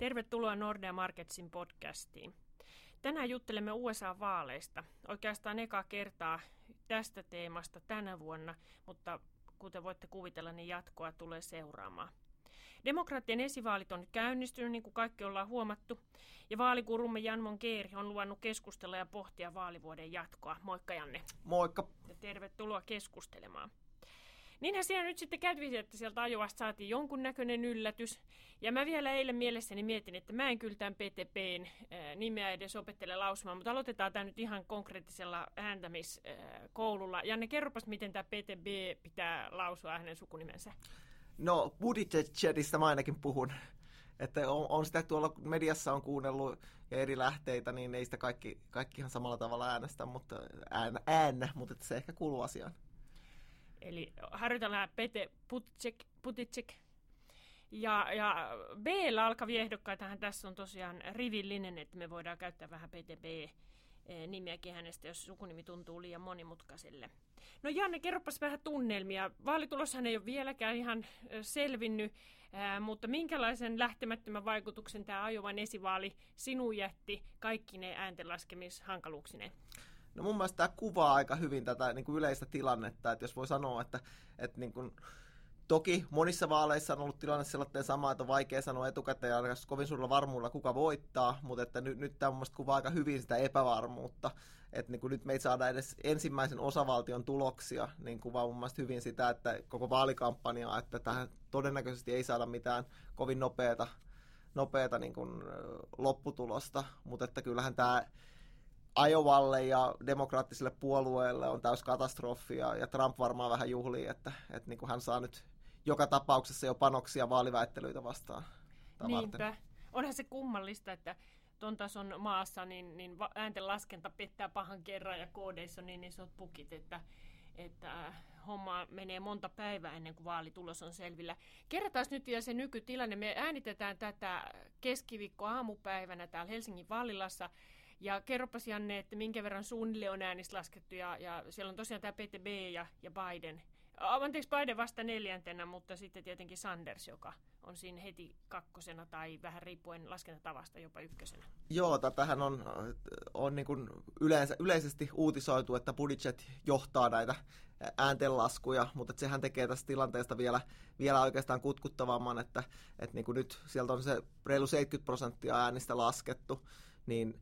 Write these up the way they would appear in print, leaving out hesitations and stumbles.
Tervetuloa Nordea Marketsin podcastiin. Tänään juttelemme USA-vaaleista. Oikeastaan ekaa kertaa tästä teemasta tänä vuonna, mutta kuten voitte kuvitella, niin jatkoa tulee seuraamaan. Demokraattien esivaalit on nyt käynnistynyt, niin kuin kaikki ollaan huomattu, ja vaalikurumme Jan Mongeer on luvannut keskustella ja pohtia vaalivuoden jatkoa. Moikka Janne. Moikka. Ja tervetuloa keskustelemaan. Niinhän siellä nyt sitten kävi, että sieltä Iowasta saatiin jonkunnäköinen yllätys. Ja mä vielä eilen mielessäni mietin, että mä en kyllä tämän PTPn nimeä edes opettele lausumaan, mutta aloitetaan tämä nyt ihan konkreettisella ääntämiskoululla. Janne, kerropas, miten tämä PTB pitää lausua hänen sukunimensä. No, Buttigiegistä mä ainakin puhun. Että on sitä tuolla mediassa on kuunnellut ja eri lähteitä, niin ei sitä kaikki ihan samalla tavalla äänestä, mutta mutta että se ehkä kuuluu asiaan. Eli harjoitellaan Pete Buttigieg. Ja B-llä alkavia ehdokkaitahan tässä on tosiaan rivillinen, että me voidaan käyttää vähän PTB-nimeäkin hänestä, jos sukunimi tuntuu liian monimutkaiselle. No Janne, kerropas vähän tunnelmia. Vaalituloshan ei ole vieläkään ihan selvinnyt, mutta minkälaisen lähtemättömän vaikutuksen tämä Iowan esivaali sinuun jätti kaikki ne ääntenlaskemishankaluuksineen? No mun mielestä tämä kuvaa aika hyvin tätä niin kuin yleistä tilannetta, että jos voi sanoa, että niin kuin, toki monissa vaaleissa on ollut tilanne sellainen sama, että on vaikea sanoa etukäteen ja kovin suurella varmuudella kuka voittaa, mutta että nyt tämä mun mielestä kuvaa aika hyvin sitä epävarmuutta, että niin kuin nyt me ei saada edes ensimmäisen osavaltion tuloksia, niin kuvaa mun mielestä hyvin sitä, että koko vaalikampanjaa, että tähän todennäköisesti ei saada mitään kovin nopeata niin kuin lopputulosta, mutta että kyllähän tämä Iowalle ja demokraattiselle puolueelle on täys katastrofi ja Trump varmaan vähän juhlii, että niin kuin hän saa nyt joka tapauksessa jo panoksia vaaliväittelyitä vastaan. Niinpä. Onhan se kummallista, että ton tason maassa niin äänten laskenta pettää pahan kerran ja koodeissa on niin isot pukit, että homma menee monta päivää ennen kuin vaalitulos on selvillä. Kerrotaan nyt vielä se nykytilanne. Me äänitetään tätä keskiviikko-aamupäivänä täällä Helsingin Vallilassa. Ja kerropas Janne, että minkä verran suunnilleen on äänistä laskettu, ja siellä on tosiaan tämä PTB ja Biden. Biden vasta 4, mutta sitten tietenkin Sanders, joka on siinä heti 2. tai vähän riippuen laskentatavasta jopa 1. Joo, tätähän on niin kuin yleisesti uutisoitu, että Buttigieg johtaa näitä ääntenlaskuja, mutta sehän tekee tästä tilanteesta vielä oikeastaan kutkuttavamman, että niin kuin nyt sieltä on se reilu 70% äänistä laskettu, niin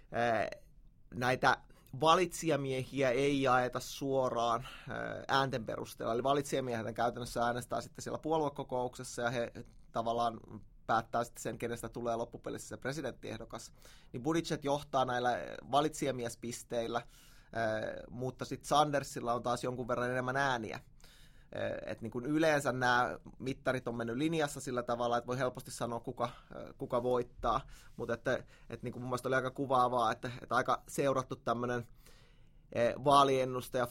näitä valitsijamiehiä ei jaeta suoraan äänten perusteella. Eli valitsijamiehet käytännössä äänestää sitten siellä puoluekokouksessa ja he tavallaan päättää sitten sen, kenestä tulee loppupelissä se presidenttiehdokas. Niin Buttigieg johtaa näillä valitsijamiespisteillä, mutta sitten Sandersilla on taas jonkun verran enemmän ääniä. Että niin kuin yleensä nämä mittarit on mennyt linjassa sillä tavalla, että voi helposti sanoa, kuka voittaa, mutta että niin kuin mun mielestä oli aika kuvaavaa, että aika seurattu tämmöinen vaaliennustaja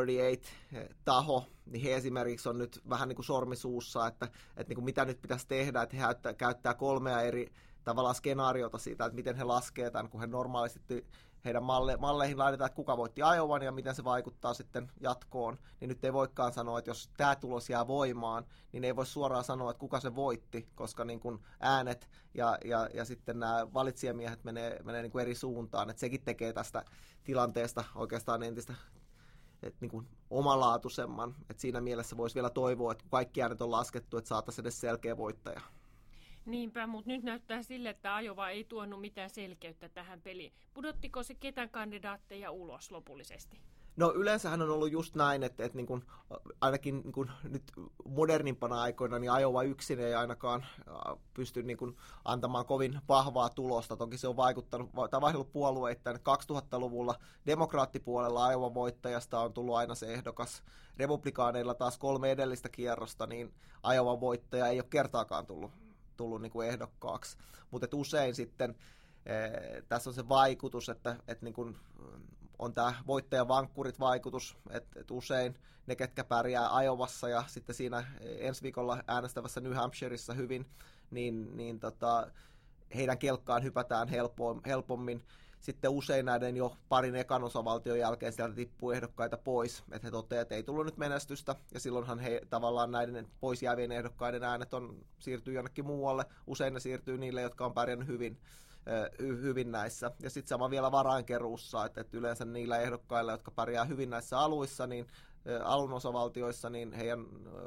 538-taho, niin he esimerkiksi on nyt vähän niin kuin sormisuussa, että niin kuin mitä nyt pitäisi tehdä, että he käyttää 3 eri tavallaan skenaariota siitä, että miten he laskee tämän, kun he normaalisti heidän malleihin laitetaan, että kuka voitti Iowan ja miten se vaikuttaa sitten jatkoon, niin nyt ei voikaan sanoa, että jos tämä tulos jää voimaan, niin ei voi suoraan sanoa, että kuka se voitti, koska niin kuin äänet ja sitten nämä valitsijamiehet menee niin kuin eri suuntaan, että sekin tekee tästä tilanteesta oikeastaan entistä niin kuin omalaatuisemman, että siinä mielessä voisi vielä toivoa, että kun kaikki äänet on laskettu, että saataisiin edes selkeä voittaja. Niinpä, mutta nyt näyttää sille, että Iowa ei tuonut mitään selkeyttä tähän peliin. Pudottiko se ketään kandidaatteja ulos lopullisesti? No yleensähän on ollut just näin, että niin kuin, ainakin niin kuin nyt modernimpana aikoina niin Iowa yksin ei ainakaan pysty niin kuin antamaan kovin vahvaa tulosta. Toki se on vaihdellut puolueittain. 2000-luvulla demokraattipuolella Iowa voittajasta on tullut aina se ehdokas. Republikaaneilla taas 3 edellistä kierrosta, niin Iowa voittaja ei ole kertaakaan tullut niin kuin ehdokkaaksi, mutta usein sitten tässä on se vaikutus, että niin kuin on tämä voittajan-vankkurit vaikutus, että usein ne, ketkä pärjää Iowassa ja sitten siinä ensi viikolla äänestävässä New Hampshireissa hyvin, niin heidän kelkkaan hypätään helpommin. sitten usein näiden jo parin ekan osavaltion jälkeen sieltä tippuu ehdokkaita pois, että he toteavat, että ei tullut nyt menestystä, ja silloinhan he tavallaan näiden pois jäävien ehdokkaiden äänet siirtyy jonnekin muualle, usein ne siirtyy niille, jotka on pärjännyt hyvin näissä. Ja sitten sama vielä varainkeruussa, että yleensä niillä ehdokkailla, jotka pärjää hyvin näissä aluissa, niin alun osavaltioissa, niin heidän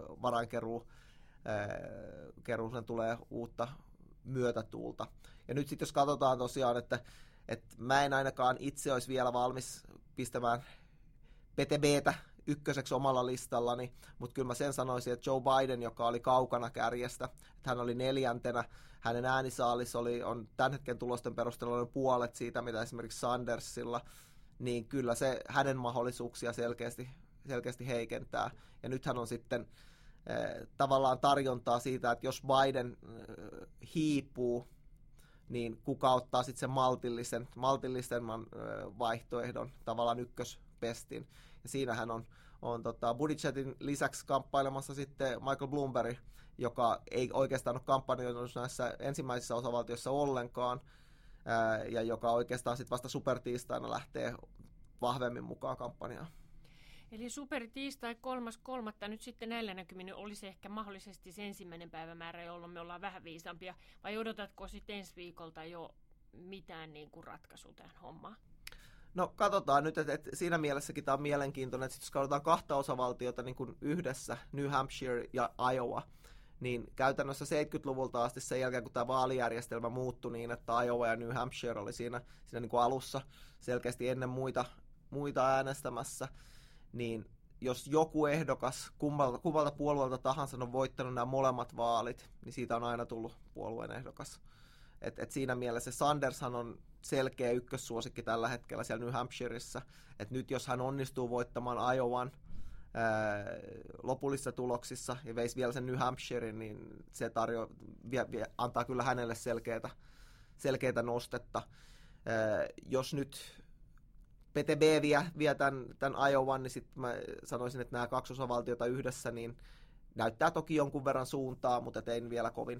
varainkeruuseen tulee uutta myötätuulta. Ja nyt sitten jos katsotaan tosiaan, että mä en ainakaan itse olisi vielä valmis pistämään PTBtä ykköseksi omalla listallani, mutta kyllä mä sen sanoisin, että Joe Biden, joka oli kaukana kärjestä, että hän oli 4. Hänen äänisaalis on tämän hetken tulosten perusteella noin puolet siitä, mitä esimerkiksi Sandersilla, niin kyllä se hänen mahdollisuuksia selkeästi heikentää. Ja nythän on sitten tavallaan tarjontaa siitä, että jos Biden hiipuu, niin kuka ottaa sitten sen maltillisemman vaihtoehdon, tavallaan ykköspestin. Ja siinähän on Buttigietin lisäksi kamppailemassa sitten Michael Bloomberg, joka ei oikeastaan ole kampanjoinut näissä ensimmäisissä osavaltioissa ollenkaan, ja joka oikeastaan sitten vasta supertiistaina lähtee vahvemmin mukaan kampanjaan. Eli supertiistai 3.3. nyt sitten näillä näkymin olisi ehkä mahdollisesti se ensimmäinen päivämäärä, jolloin me ollaan vähän viisaampia, vai odotatko sitten ensi viikolta jo mitään niin kuin ratkaisua tähän hommaan? No katsotaan nyt, että siinä mielessäkin tämä on mielenkiintoinen, että jos katsotaan kahta osavaltiota niin kuin yhdessä, New Hampshire ja Iowa, niin käytännössä 70-luvulta asti sen jälkeen, kun tämä vaalijärjestelmä muuttui niin, että Iowa ja New Hampshire oli siinä niin kuin alussa selkeästi ennen muita äänestämässä, niin jos joku ehdokas kummalta puolueelta tahansa on voittanut nämä molemmat vaalit, niin siitä on aina tullut puolueen ehdokas. Et siinä mielessä Sandershan on selkeä ykkössuosikki tällä hetkellä siellä New Hampshireissa. Et nyt jos hän onnistuu voittamaan Iowan lopullisissa tuloksissa ja veisi vielä sen New Hampshirein, niin se antaa kyllä hänelle selkeätä nostetta. Jos nyt PTB vie tämän Iowan, niin sitten mä sanoisin, että nämä kaksi osavaltiota yhdessä, niin näyttää toki jonkun verran suuntaa, mutta ei vielä kovin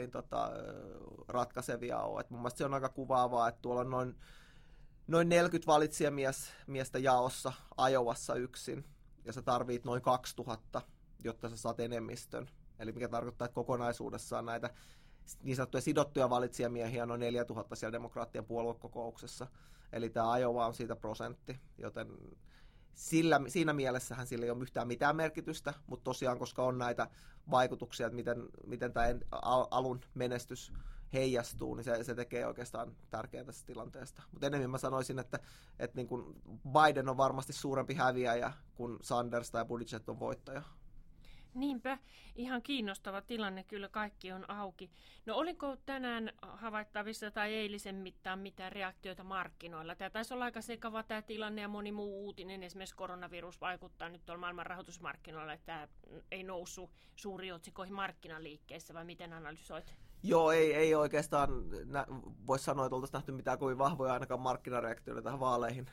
ratkaisevia ole. Et mun mielestä se on aika kuvaavaa, että tuolla on noin 40 valitsijamiestä jaossa Iowassa yksin, ja sä tarvit noin 2000, jotta sä saat enemmistön. Eli mikä tarkoittaa, että kokonaisuudessaan näitä niin sanottuja sidottuja valitsijamiehiä on noin 4000 siellä demokraattien puoluekokouksessa. Eli tämä Iowa on siitä prosentti, joten siinä mielessähän sillä ei ole yhtään mitään merkitystä, mutta tosiaan, koska on näitä vaikutuksia, että miten tämä alun menestys heijastuu, niin se tekee oikeastaan tärkeää tästä tilanteesta. Mutta enemmän mä sanoisin, että niin kun Biden on varmasti suurempi häviäjä, kun Sanders tai Buttigieg on voittaja. Niinpä, ihan kiinnostava tilanne, kyllä kaikki on auki. No oliko tänään havaittavissa tai eilisen mittaan mitään reaktioita markkinoilla? Tämä taisi olla aika sekava tämä tilanne ja moni muu uutinen, esimerkiksi koronavirus vaikuttaa nyt tuolla maailman rahoitusmarkkinoilla, että tämä ei noussut suuriin otsikoihin markkinaliikkeessä, vai miten analysoit? Joo, ei oikeastaan voisi sanoa, että oltaisiin nähty mitään kovin vahvoja ainakaan markkinareaktioita tähän vaaleihin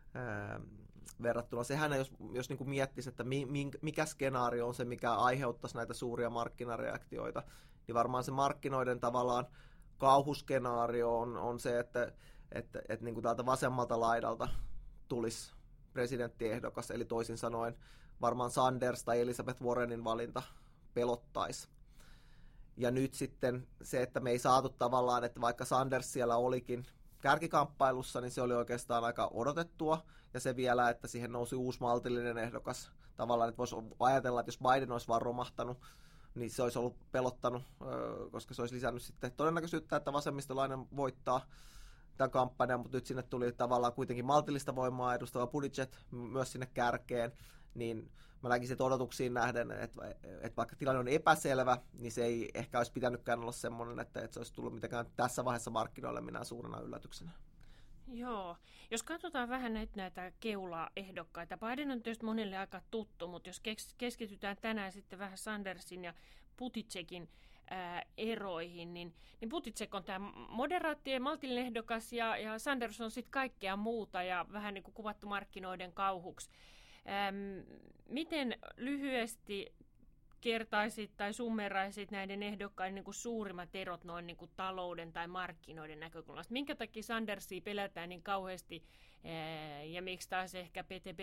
verrattuna. Sehän, jos niin kuin miettisi, että mikä skenaario on se, mikä aiheuttaisi näitä suuria markkinareaktioita, niin varmaan se markkinoiden tavallaan kauhuskenaario on se, että niin kuin täältä vasemmalta laidalta tulisi presidenttiehdokas, eli toisin sanoen varmaan Sanders tai Elizabeth Warrenin valinta pelottaisi. Ja nyt sitten se, että me ei saatu tavallaan, että vaikka Sanders siellä olikin kärkikamppailussa, niin se oli oikeastaan aika odotettua. Ja se vielä, että siihen nousi uusi maltillinen ehdokas. Tavallaan, että voisi ajatella, että jos Biden olisi vaan romahtanut, niin se olisi ollut pelottanut, koska se olisi lisännyt sitten todennäköisyyttä, että vasemmistolainen voittaa tämän kampanjan, mutta nyt sinne tuli tavallaan kuitenkin maltillista voimaa edustava Buttigieg myös sinne kärkeen, niin mä näkisin, että odotuksiin nähden, että vaikka tilanne on epäselvä, niin se ei ehkä olisi pitänytkään olla semmoinen, että se olisi tullut mitenkään tässä vaiheessa markkinoille minään suurena yllätyksenä. Joo. Jos katsotaan vähän näitä keula-ehdokkaita, Biden on tietysti monelle aika tuttu, mutta jos keskitytään tänään sitten vähän Sandersin ja Buttigiegin eroihin, niin Buttigieg on tämä moderaatti ja maltillinen ehdokas ja Sanders on sitten kaikkea muuta ja vähän niin kuin kuvattu markkinoiden kauhuksi. Miten lyhyesti kertaisit tai summeraisit näiden ehdokkaiden niin kuin suurimmat erot noin niin kuin talouden tai markkinoiden näkökulmasta? Minkä takia Sandersia pelätään niin kauheasti ja miksi taas ehkä PTB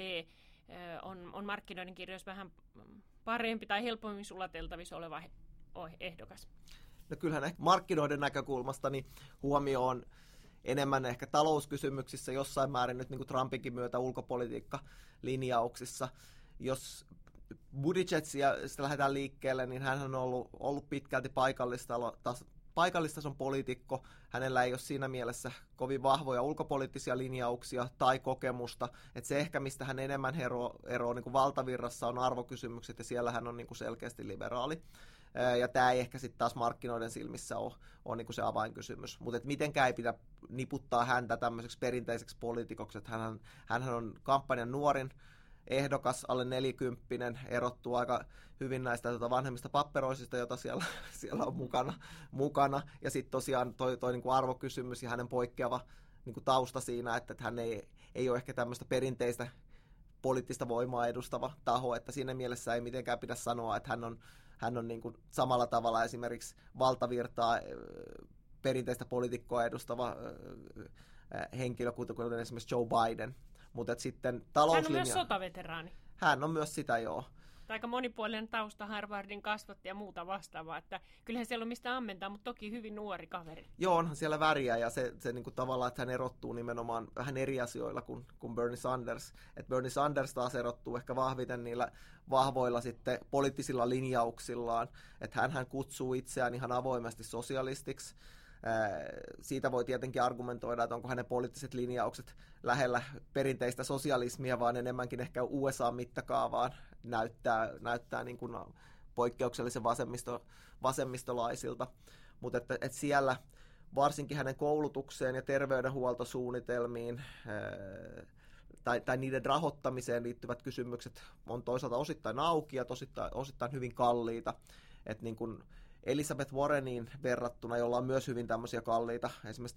on markkinoiden kirjoissa vähän parempi tai helpommin sulateltavissa oleva ehdokas? No kyllähän ehkä markkinoiden näkökulmasta niin huomio on enemmän ehkä talouskysymyksissä, jossain määrin nyt niin kuin Trumpinkin myötä ulkopolitiikkalinjauksissa. Jos Buttigiegsia sitä lähdetään liikkeelle, niin hän on ollut pitkälti paikallistason poliitikko. Hänellä ei ole siinä mielessä kovin vahvoja ulkopoliittisia linjauksia tai kokemusta. Että se ehkä, mistä hän enemmän eroaa niin kuin valtavirrassa, on arvokysymykset, ja siellä hän on niin kuin selkeästi liberaali. Ja tämä ei ehkä sitten taas markkinoiden silmissä ole niin kuin se avainkysymys. Mutta mitenkään ei pidä niputtaa häntä tämmöiseksi perinteiseksi poliitikoksi. Hänhän on kampanjan nuorin ehdokas, alle 40, erottuu aika hyvin näistä vanhemmista papperoisista, joita siellä on mukana. Ja sitten tosiaan toi niin kuin arvokysymys ja hänen poikkeava niin kuin tausta siinä, että hän ei ole ehkä tämmöistä perinteistä poliittista voimaa edustava taho, että siinä mielessä ei mitenkään pidä sanoa, että hän on niin kuin samalla tavalla esimerkiksi valtavirtaa perinteistä poliitikkoa edustava henkilö, kuten esimerkiksi Joe Biden. Mutta sitten talouslinja... Hän on myös sotaveteraani. Hän on myös sitä, joo. Aika monipuolinen tausta, Harvardin kasvatti ja muuta vastaavaa, että kyllähän siellä on mistä ammentaa, mutta toki hyvin nuori kaveri. Joo, onhan siellä väriä, ja se niin kuin tavallaan, että hän erottuu nimenomaan vähän eri asioilla kuin Bernie Sanders. Et Bernie Sanders taas erottuu ehkä vahviten niillä vahvoilla sitten poliittisilla linjauksillaan, että hän kutsuu itseään ihan avoimesti sosialistiksi. Siitä voi tietenkin argumentoida, että onko hänen poliittiset linjaukset lähellä perinteistä sosialismia, vaan enemmänkin ehkä USA-mittakaavaan näyttää niin kuin poikkeuksellisen vasemmistolaisilta. Mutta että siellä varsinkin hänen koulutukseen ja terveydenhuoltosuunnitelmiin tai niiden rahoittamiseen liittyvät kysymykset on toisaalta osittain auki ja osittain hyvin kalliita. Että niin kuin Elizabeth Warreniin verrattuna, jolla on myös hyvin tämmöisiä kalliita, esimerkiksi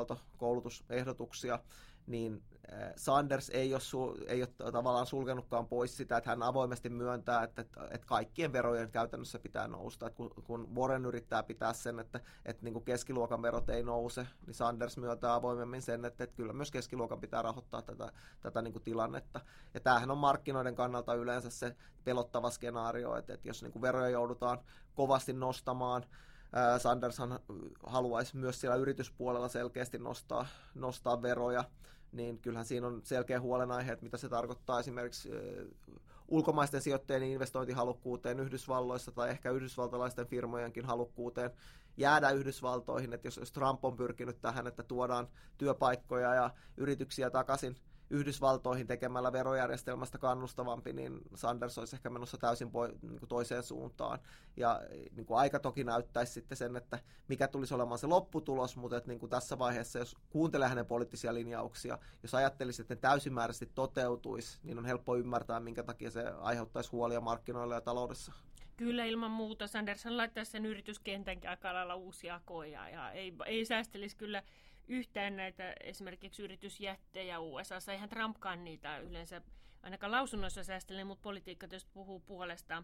terveydenhuoltokoulutusehdotuksia, niin Sanders ei ole tavallaan sulkenutkaan pois sitä, että hän avoimesti myöntää, että kaikkien verojen käytännössä pitää nousta. Että kun Warren yrittää pitää sen, että niin kuin keskiluokan verot ei nouse, niin Sanders myöntää avoimemmin sen, että kyllä myös keskiluokan pitää rahoittaa tätä niin kuin tilannetta. Ja tämähän on markkinoiden kannalta yleensä se pelottava skenaario, että jos niin kuin veroja joudutaan kovasti nostamaan, Sandershan haluaisi myös siellä yrityspuolella selkeästi nostaa veroja, niin kyllähän siinä on selkeä huolenaihe, että mitä se tarkoittaa esimerkiksi ulkomaisten sijoittajien investointihalukkuuteen Yhdysvalloissa tai ehkä yhdysvaltalaisten firmojenkin halukkuuteen jäädä Yhdysvaltoihin, että jos Trump on pyrkinyt tähän, että tuodaan työpaikkoja ja yrityksiä takaisin Yhdysvaltoihin tekemällä verojärjestelmästä kannustavampi, niin Sanders olisi ehkä menossa täysin niin kuin toiseen suuntaan. Ja niin kuin aika toki näyttäisi sitten sen, että mikä tulisi olemaan se lopputulos, mutta että niin kuin tässä vaiheessa, jos kuuntelee hänen poliittisia linjauksia, jos ajattelisi, että ne täysimääräisesti toteutuisi, niin on helppo ymmärtää, minkä takia se aiheuttaisi huolia markkinoilla ja taloudessa. Kyllä ilman muuta. Sandershan laittaisi sen yrityskentänkin aika lailla uusia koja ja ei säästelisi kyllä yhtään näitä esimerkiksi yritysjättejä USA:ssa. Eihän Trumpkaan niitä yleensä ainakaan lausunnoissa säästele, mutta politiikka tietysti puhuu puolestaan.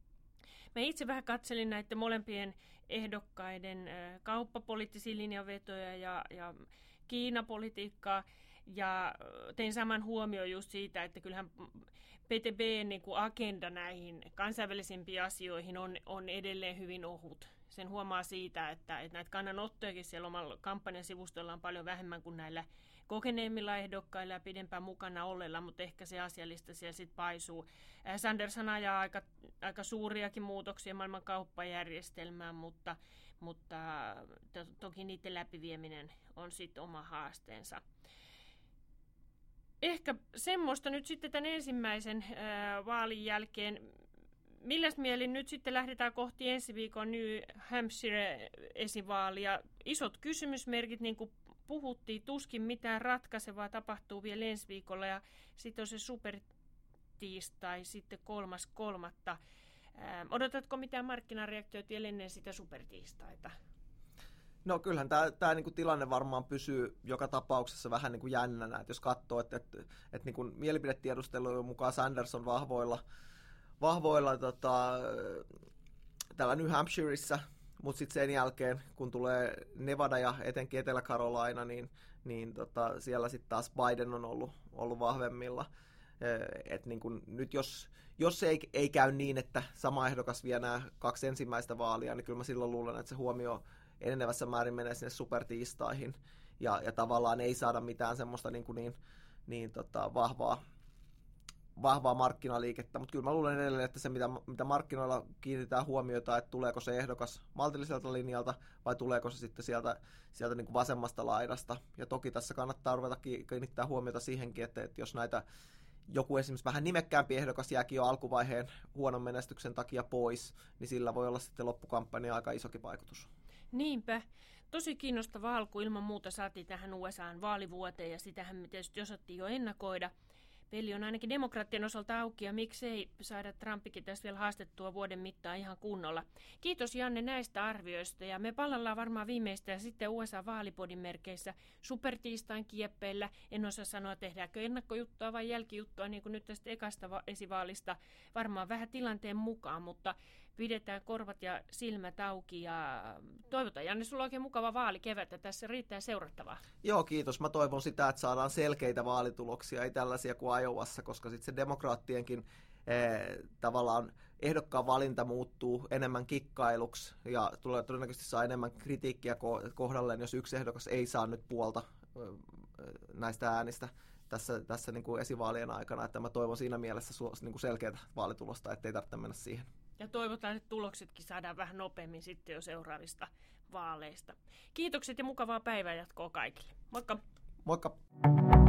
Mä itse vähän katselin näiden molempien ehdokkaiden kauppapoliittisia linjanvetoja ja Kiinapolitiikkaa ja tein saman huomioon just siitä, että kyllähän PTB:n niin kuin agenda näihin kansainvälisimpiin asioihin on edelleen hyvin ohut. Sen huomaa siitä, että näitä kannanottojakin siellä omalla kampanjasivustoilla on paljon vähemmän kuin näillä kokeneemmilla ehdokkailla ja pidempään mukana olleilla, mutta ehkä se asialista siellä sitten paisuu. Sandershan ajaa aika suuriakin muutoksia maailman kauppajärjestelmään, mutta toki niiden läpivieminen on sitten oma haasteensa. Ehkä semmoista nyt sitten tämän ensimmäisen vaalin jälkeen. Milläs mielin nyt sitten lähdetään kohti ensi viikon New Hampshire-esivaalia? Isot kysymysmerkit, niin kuin puhuttiin, tuskin mitään ratkaisevaa tapahtuu vielä ensi viikolla. Ja sitten on se supertiistai sitten 3.3. Odotatko mitään markkinareaktioita vielä ennen sitä supertiistaita? No kyllähän tämä niinku tilanne varmaan pysyy joka tapauksessa vähän niinku jännänä. Et jos katsoo, että niinku mielipidetiedustelujen mukaan Sanders on vahvoilla täällä New Hampshireissa, mutta sitten sen jälkeen, kun tulee Nevada ja etenkin Etelä-Carolina, niin siellä sitten taas Biden on ollut vahvemmilla. Et niin kun nyt jos ei käy niin, että sama ehdokas vie nämä 2 ensimmäistä vaalia, niin kyllä mä silloin luulen, että se huomio enenevässä määrin menee sinne supertiistaihin, ja tavallaan ei saada mitään semmoista vahvaa markkinaliikettä, mutta kyllä mä luulen edelleen, että se mitä markkinoilla kiinnitetään huomiota, että tuleeko se ehdokas maltilliselta linjalta vai tuleeko se sitten sieltä niin kuin vasemmasta laidasta. Ja toki tässä kannattaa ruveta kiinnittää huomiota siihenkin, että jos joku esimerkiksi vähän nimekkäämpi ehdokas jääkin jo alkuvaiheen huonon menestyksen takia pois, niin sillä voi olla sitten loppukampanja aika isokin vaikutus. Niinpä. Tosi kiinnostava alku ilman muuta saatiin tähän USA:n vaalivuoteen, ja sitähän me tietysti osattiin jo ennakoida. Peli on ainakin demokraattien osalta auki, ja miksei saada Trumpikin tästä vielä haastettua vuoden mittaan ihan kunnolla. Kiitos Janne näistä arvioista, ja me palellaan varmaan viimeistään sitten USA-vaalipodin merkeissä supertiistain kieppeillä. En osaa sanoa, tehdäänkö ennakkojuttua vai jälkijuttua, niin kuin nyt tästä ekasta esivaalista, varmaan vähän tilanteen mukaan, mutta pidetään korvat ja silmät auki, ja toivotaan, Janne, sulla on oikein mukava vaalikevättä. Tässä riittää seurattavaa. Joo, kiitos. Mä toivon sitä, että saadaan selkeitä vaalituloksia, ei tällaisia kuin Iowassa, koska sitten se demokraattienkin tavallaan ehdokkaan valinta muuttuu enemmän kikkailuksi, ja tulee todennäköisesti saa enemmän kritiikkiä kohdalleen, jos yksi ehdokas ei saa nyt puolta näistä äänistä tässä niin kuin esivaalien aikana, että mä toivon siinä mielessä niin kuin selkeää vaalitulosta, ettei tarvitse mennä siihen. Ja toivotaan, että tuloksetkin saadaan vähän nopeammin sitten jo seuraavista vaaleista. Kiitokset ja mukavaa päivänjatkoa kaikille. Moikka! Moikka!